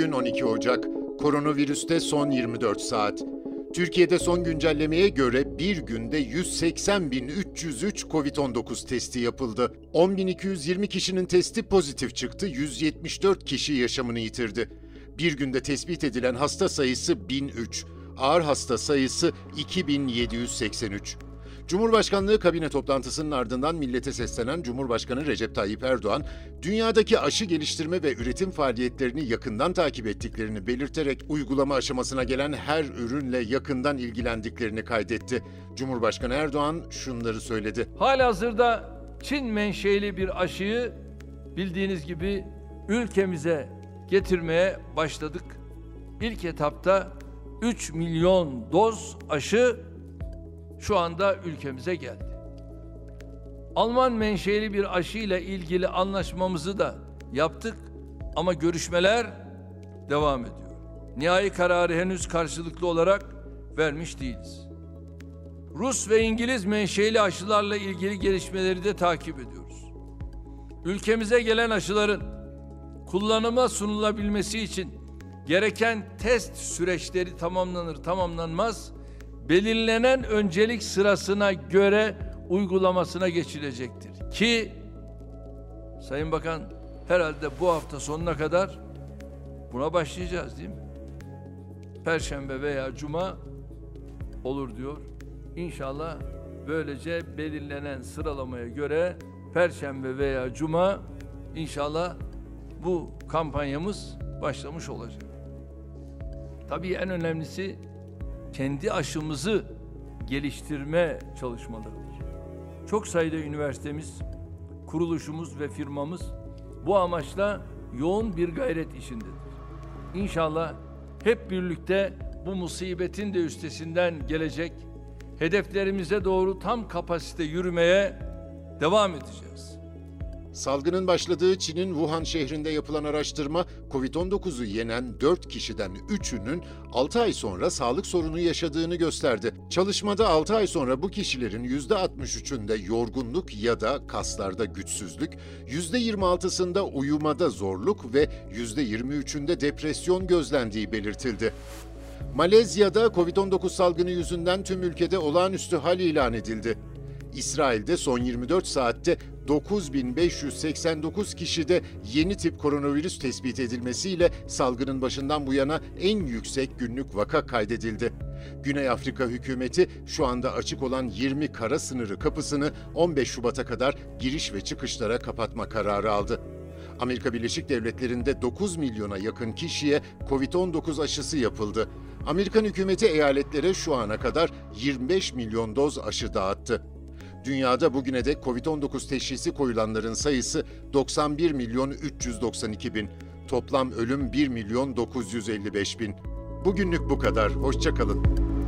Bugün 12 Ocak, koronavirüste son 24 saat. Türkiye'de son güncellemeye göre bir günde 180.303 COVID-19 testi yapıldı. 10.220 kişinin testi pozitif çıktı, 174 kişi yaşamını yitirdi. Bir günde tespit edilen hasta sayısı 1003, ağır hasta sayısı 2783. Cumhurbaşkanlığı kabine toplantısının ardından millete seslenen Cumhurbaşkanı Recep Tayyip Erdoğan, dünyadaki aşı geliştirme ve üretim faaliyetlerini yakından takip ettiklerini belirterek uygulama aşamasına gelen her ürünle yakından ilgilendiklerini kaydetti. Cumhurbaşkanı Erdoğan şunları söyledi. Halihazırda Çin menşeli bir aşıyı bildiğiniz gibi ülkemize getirmeye başladık. İlk etapta 3 milyon doz aşı şu anda ülkemize geldi. Alman menşeli bir aşı ile ilgili anlaşmamızı da yaptık ama görüşmeler devam ediyor. Nihai kararı henüz karşılıklı olarak vermiş değiliz. Rus ve İngiliz menşeli aşılarla ilgili gelişmeleri de takip ediyoruz. Ülkemize gelen aşıların kullanıma sunulabilmesi için gereken test süreçleri tamamlanmaz, belirlenen öncelik sırasına göre uygulamasına geçilecektir. Ki Sayın Bakan herhalde bu hafta sonuna kadar buna başlayacağız değil mi? Perşembe veya Cuma olur diyor. İnşallah böylece belirlenen sıralamaya göre Perşembe veya Cuma inşallah bu kampanyamız başlamış olacak. Tabii en önemlisi kendi aşımızı geliştirme çalışmalarıdır. Çok sayıda üniversitemiz, kuruluşumuz ve firmamız bu amaçla yoğun bir gayret içindedir. İnşallah hep birlikte bu musibetin de üstesinden gelecek, hedeflerimize doğru tam kapasite yürümeye devam edeceğiz. Salgının başladığı Çin'in Wuhan şehrinde yapılan araştırma, COVID-19'u yenen 4 kişiden 3'ünün 6 ay sonra sağlık sorunu yaşadığını gösterdi. Çalışmada 6 ay sonra bu kişilerin %63'ünde yorgunluk ya da kaslarda güçsüzlük, %26'sında uyumada zorluk ve %23'ünde depresyon gözlendiği belirtildi. Malezya'da COVID-19 salgını yüzünden tüm ülkede olağanüstü hal ilan edildi. İsrail'de son 24 saatte 9.589 kişide yeni tip koronavirüs tespit edilmesiyle salgının başından bu yana en yüksek günlük vaka kaydedildi. Güney Afrika hükümeti şu anda açık olan 20 kara sınırı kapısını 15 Şubat'a kadar giriş ve çıkışlara kapatma kararı aldı. Amerika Birleşik Devletleri'nde 9 milyona yakın kişiye COVID-19 aşısı yapıldı. Amerikan hükümeti eyaletlere şu ana kadar 25 milyon doz aşı dağıttı. Dünyada bugüne dek COVID-19 teşhisi koyulanların sayısı 91 milyon 392 bin. Toplam ölüm 1 milyon 955 bin. Bugünlük bu kadar. Hoşça kalın.